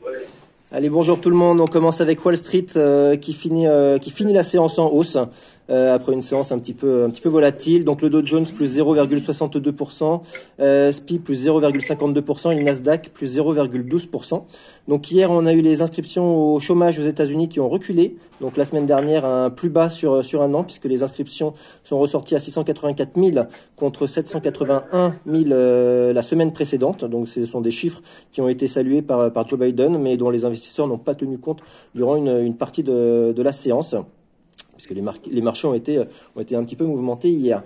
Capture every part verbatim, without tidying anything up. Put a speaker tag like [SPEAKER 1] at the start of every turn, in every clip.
[SPEAKER 1] Allez, bonjour tout le monde. On commence avec Wall Street euh, qui finit euh, qui finit la séance en hausse euh, après une séance un petit peu un petit peu volatile. Donc le Dow Jones plus zéro virgule soixante-deux pour cent, euh, S P plus zéro virgule cinquante-deux pour cent et le Nasdaq plus zéro virgule douze pour cent. Donc hier, on a eu les inscriptions au chômage aux États-Unis qui ont reculé. Donc la semaine dernière, un plus bas sur sur un an puisque les inscriptions sont ressorties à six cent quatre-vingt-quatre mille contre sept cent quatre-vingt-un mille euh, la semaine précédente. Donc ce sont des chiffres qui ont été salués par par Joe Biden, mais dont les investisseurs n'ont pas tenu compte durant une, une partie de, de la séance, puisque les, mar les marchés ont été, ont été un petit peu mouvementés hier.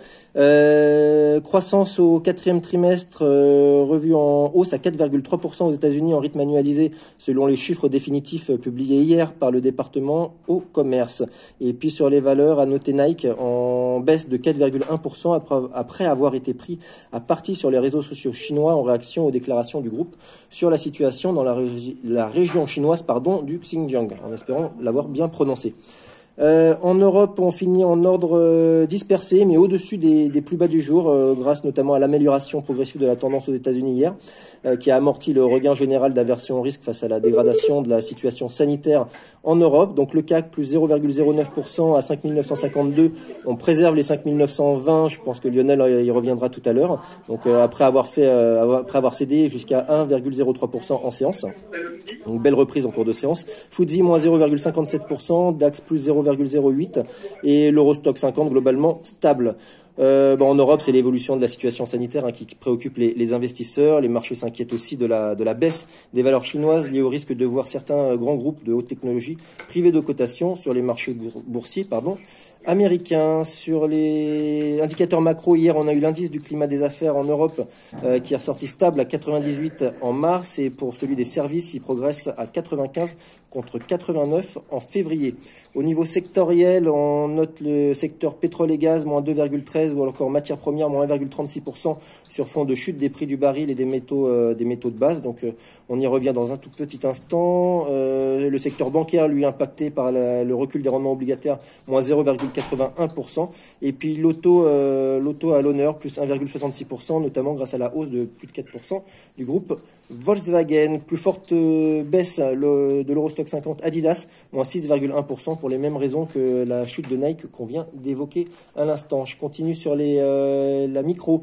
[SPEAKER 1] Euh, croissance au quatrième trimestre euh, revue en hausse à quatre virgule trois pour cent aux États-Unis en rythme annualisé, selon les chiffres définitifs publiés hier par le département au commerce. Et puis sur les valeurs, à noter Nike en baisse de quatre virgule un pour cent après, après avoir été pris à partie sur les réseaux sociaux chinois en réaction aux déclarations du groupe sur la situation dans la, régi la région chinoise pardon, du Xinjiang, en espérant l'avoir bien prononcé. Euh, en Europe, on finit en ordre euh, dispersé, mais au-dessus des, des plus bas du jour, euh, grâce notamment à l'amélioration progressive de la tendance aux États-Unis hier, euh, qui a amorti le regain général d'aversion au risque face à la dégradation de la situation sanitaire en Europe. Donc le C A C plus zéro virgule zéro neuf pour cent à cinq mille neuf cent cinquante-deux. On préserve les cinq mille neuf cent vingt. Je pense que Lionel euh, y reviendra tout à l'heure. Donc euh, après avoir fait, euh, après avoir cédé jusqu'à un virgule zéro trois pour cent en séance. Donc belle reprise en cours de séance. F T S E moins zéro virgule cinquante-sept pour cent, DAX plus zéro virgule zéro huit et l'Eurostock cinquante globalement stable. Euh, bon, en Europe, c'est l'évolution de la situation sanitaire hein, qui préoccupe les, les investisseurs. Les marchés s'inquiètent aussi de la, de la baisse des valeurs chinoises liées au risque de voir certains grands groupes de haute technologie privés de cotation sur les marchés boursiers pardon, américains. Sur les indicateurs macro, hier, on a eu l'indice du climat des affaires en Europe euh, qui est ressorti stable à quatre-vingt-dix-huit en mars et pour celui des services, il progresse à quatre-vingt-quinze contre quatre-vingt-neuf en février. Au niveau sectoriel, on note le secteur pétrole et gaz, moins deux virgule treize, ou encore matières premières, moins un virgule trente-six pour cent sur fond de chute des prix du baril et des métaux, euh, des métaux de base. Donc, euh, on y revient dans un tout petit instant. Euh, le secteur bancaire, lui, impacté par la, le recul des rendements obligataires, moins zéro virgule quatre-vingt-un pour cent. Et puis, l'auto euh, l'auto à l'honneur, plus un virgule soixante-six pour cent, notamment grâce à la hausse de plus de quatre pour cent du groupe Volkswagen. Plus forte euh, baisse le, de l'Eurostock cinquante Adidas, moins six virgule un pour cent pour les mêmes raisons que la chute de Nike qu'on vient d'évoquer à l'instant. Je continue sur les, euh, la micro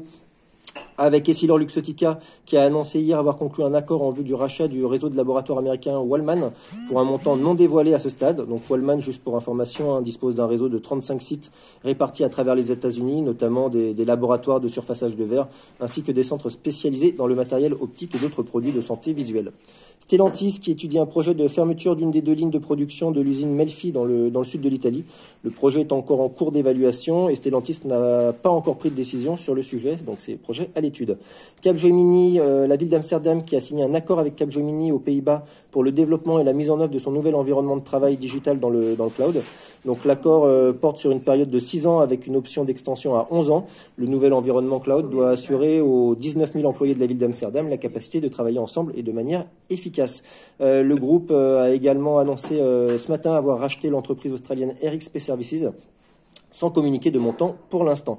[SPEAKER 1] avec EssilorLuxottica qui a annoncé hier avoir conclu un accord en vue du rachat du réseau de laboratoires américain Walman pour un montant non dévoilé à ce stade. Donc Walman, juste pour information, hein, dispose d'un réseau de trente-cinq sites répartis à travers les États-Unis, notamment des, des laboratoires de surfaçage de verre, ainsi que des centres spécialisés dans le matériel optique et d'autres produits de santé visuelle. Stellantis qui étudie un projet de fermeture d'une des deux lignes de production de l'usine Melfi dans le, dans le sud de l'Italie. Le projet est encore en cours d'évaluation et Stellantis n'a pas encore pris de décision sur le sujet, donc c'est projet à l'étude. Capgemini, euh, la ville d'Amsterdam qui a signé un accord avec Capgemini aux Pays-Bas pour le développement et la mise en œuvre de son nouvel environnement de travail digital dans le, dans le cloud. Donc l'accord euh, porte sur une période de six ans avec une option d'extension à onze ans. Le nouvel environnement cloud doit assurer aux dix-neuf mille employés de la ville d'Amsterdam la capacité de travailler ensemble et de manière efficace. Euh, le groupe euh, a également annoncé euh, ce matin avoir racheté l'entreprise australienne R X P Services sans communiquer de montant pour l'instant.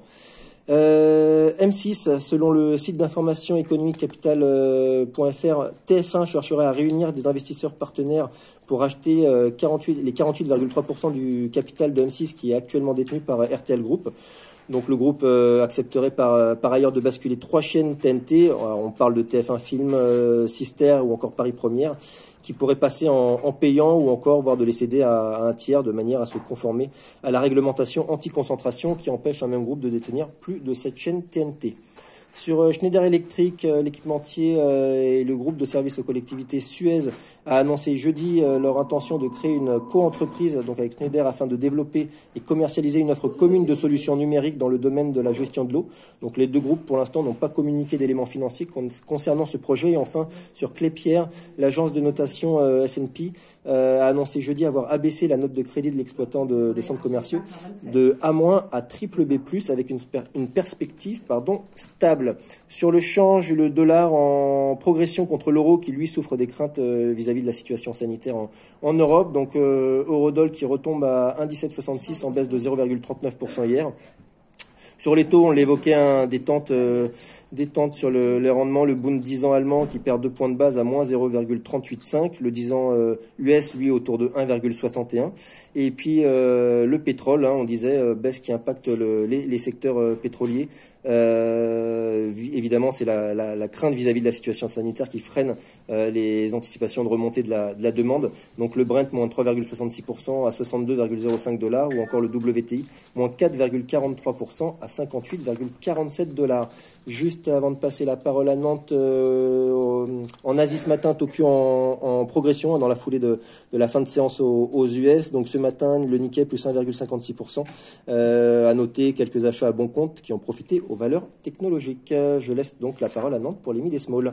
[SPEAKER 1] Euh, M six, selon le site d'information économique capital point F R, T F un chercherait à réunir des investisseurs partenaires pour acheter euh, quarante-huit, les quarante-huit virgule trois pour cent du capital de M six qui est actuellement détenu par R T L Group. Donc le groupe euh, accepterait par, par ailleurs de basculer trois chaînes T N T, on parle de T F un Film, euh, Sister ou encore Paris Première, qui pourraient passer en, en payant ou encore voire de les céder à, à un tiers de manière à se conformer à la réglementation anti-concentration qui empêche un même groupe de détenir plus de cette chaîne T N T. Sur Schneider Electric, l'équipementier et le groupe de services aux collectivités Suez a annoncé jeudi leur intention de créer une co-entreprise donc avec Schneider afin de développer et commercialiser une offre commune de solutions numériques dans le domaine de la gestion de l'eau. Donc les deux groupes pour l'instant n'ont pas communiqué d'éléments financiers concernant ce projet. Et enfin sur Klépierre, l'agence de notation S and P Euh, a annoncé jeudi avoir abaissé la note de crédit de l'exploitant de, de centres commerciaux de A- à triple B plus, avec une, une perspective pardon, stable. Sur le change, le dollar en progression contre l'euro qui lui souffre des craintes euh, vis-à-vis de la situation sanitaire en, en Europe. Donc euh, euro-dollar qui retombe à un virgule dix-sept soixante-six en baisse de zéro virgule trente-neuf pour cent hier. Sur les taux, on l'évoquait, hein, détente euh, Détente sur le, les rendements, le Bund dix ans allemand qui perd deux points de base à moins zéro virgule trente-huit cinq, le dix ans euh, U S lui autour de un virgule soixante et un. Et puis euh, le pétrole, hein, on disait, euh, baisse qui impacte le, les, les secteurs euh, pétroliers. Euh, évidemment, c'est la, la, la crainte vis-à-vis de la situation sanitaire qui freine euh, les anticipations de remontée de la, de la demande. Donc le Brent, moins trois virgule soixante-six pour cent à soixante-deux virgule zéro cinq dollars, ou encore le W T I, moins quatre virgule quarante-trois pour cent à cinquante-huit virgule quarante-sept dollars. Juste avant de passer la parole à Nantes, euh, en Asie ce matin, Tokyo en, en progression dans la foulée de, de la fin de séance aux, aux U S. Donc ce matin, le Nikkei plus un virgule cinquante-six pour cent. Euh, à noter quelques achats à bon compte qui ont profité aux valeurs technologiques. Je laisse donc la parole à Nantes pour les mid et small.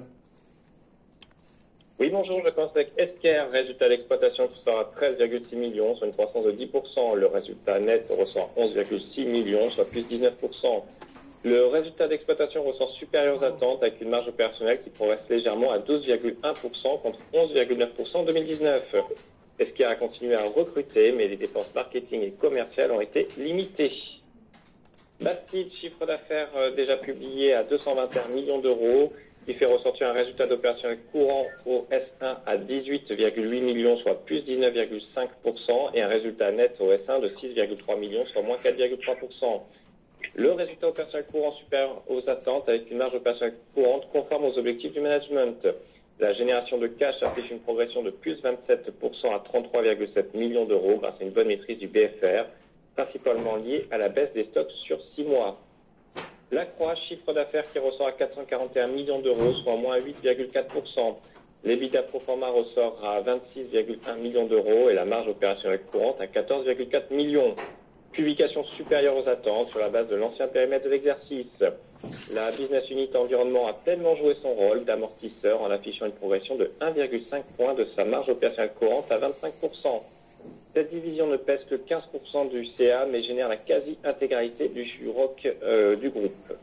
[SPEAKER 2] Oui, bonjour, je commence avec Esker. Résultat d'exploitation qui sort à treize virgule six millions, soit une croissance de dix pour cent. Le résultat net ressort onze virgule six millions, soit plus dix-neuf pour cent. Le résultat d'exploitation ressort supérieur aux attentes avec une marge opérationnelle qui progresse légèrement à douze virgule un pour cent contre onze virgule neuf pour cent en deux mille dix-neuf. Esker a continué à recruter, mais les dépenses marketing et commerciales ont été limitées. Bastide, chiffre d'affaires euh, déjà publié à deux cent vingt et un millions d'euros, qui fait ressortir un résultat d'opérationnel courant au S un à dix-huit virgule huit millions, soit plus dix-neuf virgule cinq pour cent, et un résultat net au S un de six virgule trois millions, soit moins quatre virgule trois pour cent. Le résultat opérationnel courant supérieur aux attentes avec une marge opérationnelle courante conforme aux objectifs du management. La génération de cash affiche une progression de plus vingt-sept pour cent à trente-trois virgule sept millions d'euros grâce à une bonne maîtrise du B F R, principalement liée à la baisse des stocks sur six mois. La Croix, chiffre d'affaires qui ressort à quatre cent quarante et un millions d'euros, soit moins huit virgule quatre pour cent. L'EBITDA pro forma ressort à vingt-six virgule un millions d'euros et la marge opérationnelle courante à quatorze virgule quatre millions. Publication supérieure aux attentes sur la base de l'ancien périmètre de l'exercice. La business unit environnement a pleinement joué son rôle d'amortisseur en affichant une progression de un virgule cinq point de sa marge opérationnelle courante à vingt-cinq pour cent. Cette division ne pèse que quinze pour cent du C A, mais génère la quasi-intégralité du R O C euh, du groupe.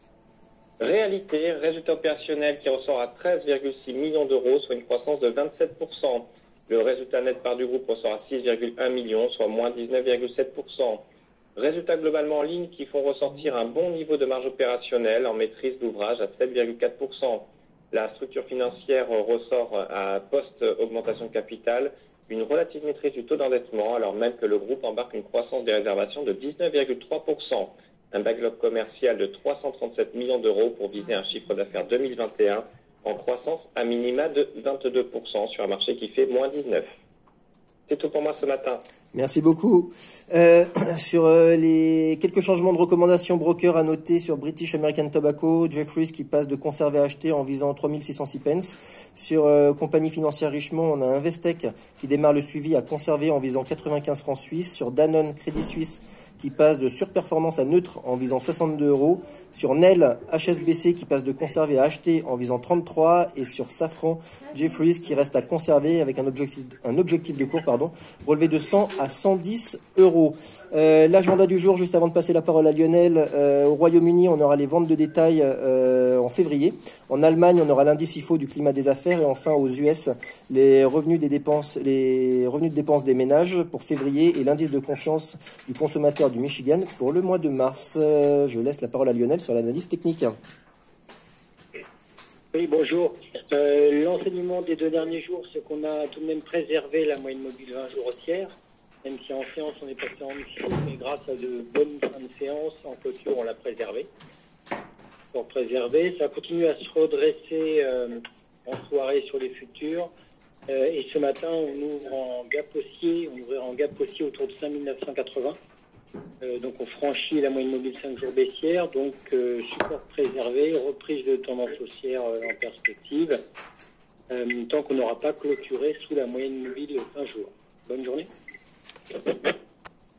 [SPEAKER 2] Réalité, résultat opérationnel qui ressort à treize virgule six millions d'euros, soit une croissance de vingt-sept pour cent. Le résultat net part du groupe ressort à six virgule un millions, soit moins dix-neuf virgule sept pour cent. Résultats globalement en ligne qui font ressortir un bon niveau de marge opérationnelle en maîtrise d'ouvrage à sept virgule quatre pour cent. La structure financière ressort à post-augmentation de capital une relative maîtrise du taux d'endettement, alors même que le groupe embarque une croissance des réservations de dix-neuf virgule trois pour cent. Un backlog commercial de trois cent trente-sept millions d'euros pour viser un chiffre d'affaires deux mille vingt et un en croissance à minima de vingt-deux pour cent sur un marché qui fait moins dix-neuf. C'est tout pour moi ce matin.
[SPEAKER 1] Merci beaucoup. Euh, sur euh, les quelques changements de recommandations broker à noter sur British American Tobacco, Jefferies qui passe de conserver à acheter en visant trois mille six cent six pence. Sur euh, compagnie financière Richemont, on a Investec qui démarre le suivi à conserver en visant quatre-vingt-quinze francs suisses. Sur Danone Crédit Suisse qui passe de surperformance à neutre en visant soixante-deux euros. Sur Nel, H S B C qui passe de conserver à acheter en visant trente-trois. Et sur Safran, Jefferies qui reste à conserver avec un objectif, un objectif de cours pardon, relevé de cent à cent dix euros. Euh, L'agenda du jour, juste avant de passer la parole à Lionel. Euh, au Royaume-Uni, on aura les ventes de détail euh, en février. En Allemagne, on aura l'indice I F O du climat des affaires. Et enfin, aux U S, les revenus des dépenses, les revenus de dépenses des ménages pour février et l'indice de confiance du consommateur du Michigan pour le mois de mars. Euh, je laisse la parole à Lionel sur l'analyse technique.
[SPEAKER 3] Oui, bonjour. Euh, L'enseignement des deux derniers jours, c'est qu'on a tout de même préservé la moyenne mobile vingt jours haussière, même si en séance on est passé en dessous, mais grâce à de bonnes fins de séance, en clôture on l'a préservé. Pour préserver, ça continue à se redresser euh, en soirée sur les futurs. Euh, et ce matin, on ouvre en gap haussier, on ouvrira en gap haussier autour de cinq mille neuf cent quatre-vingts. Euh, donc on franchit la moyenne mobile cinq jours baissière, donc euh, support préservé, reprise de tendance haussière euh, en perspective, euh, tant qu'on n'aura pas clôturé sous la moyenne mobile vingt jours. Bonne journée.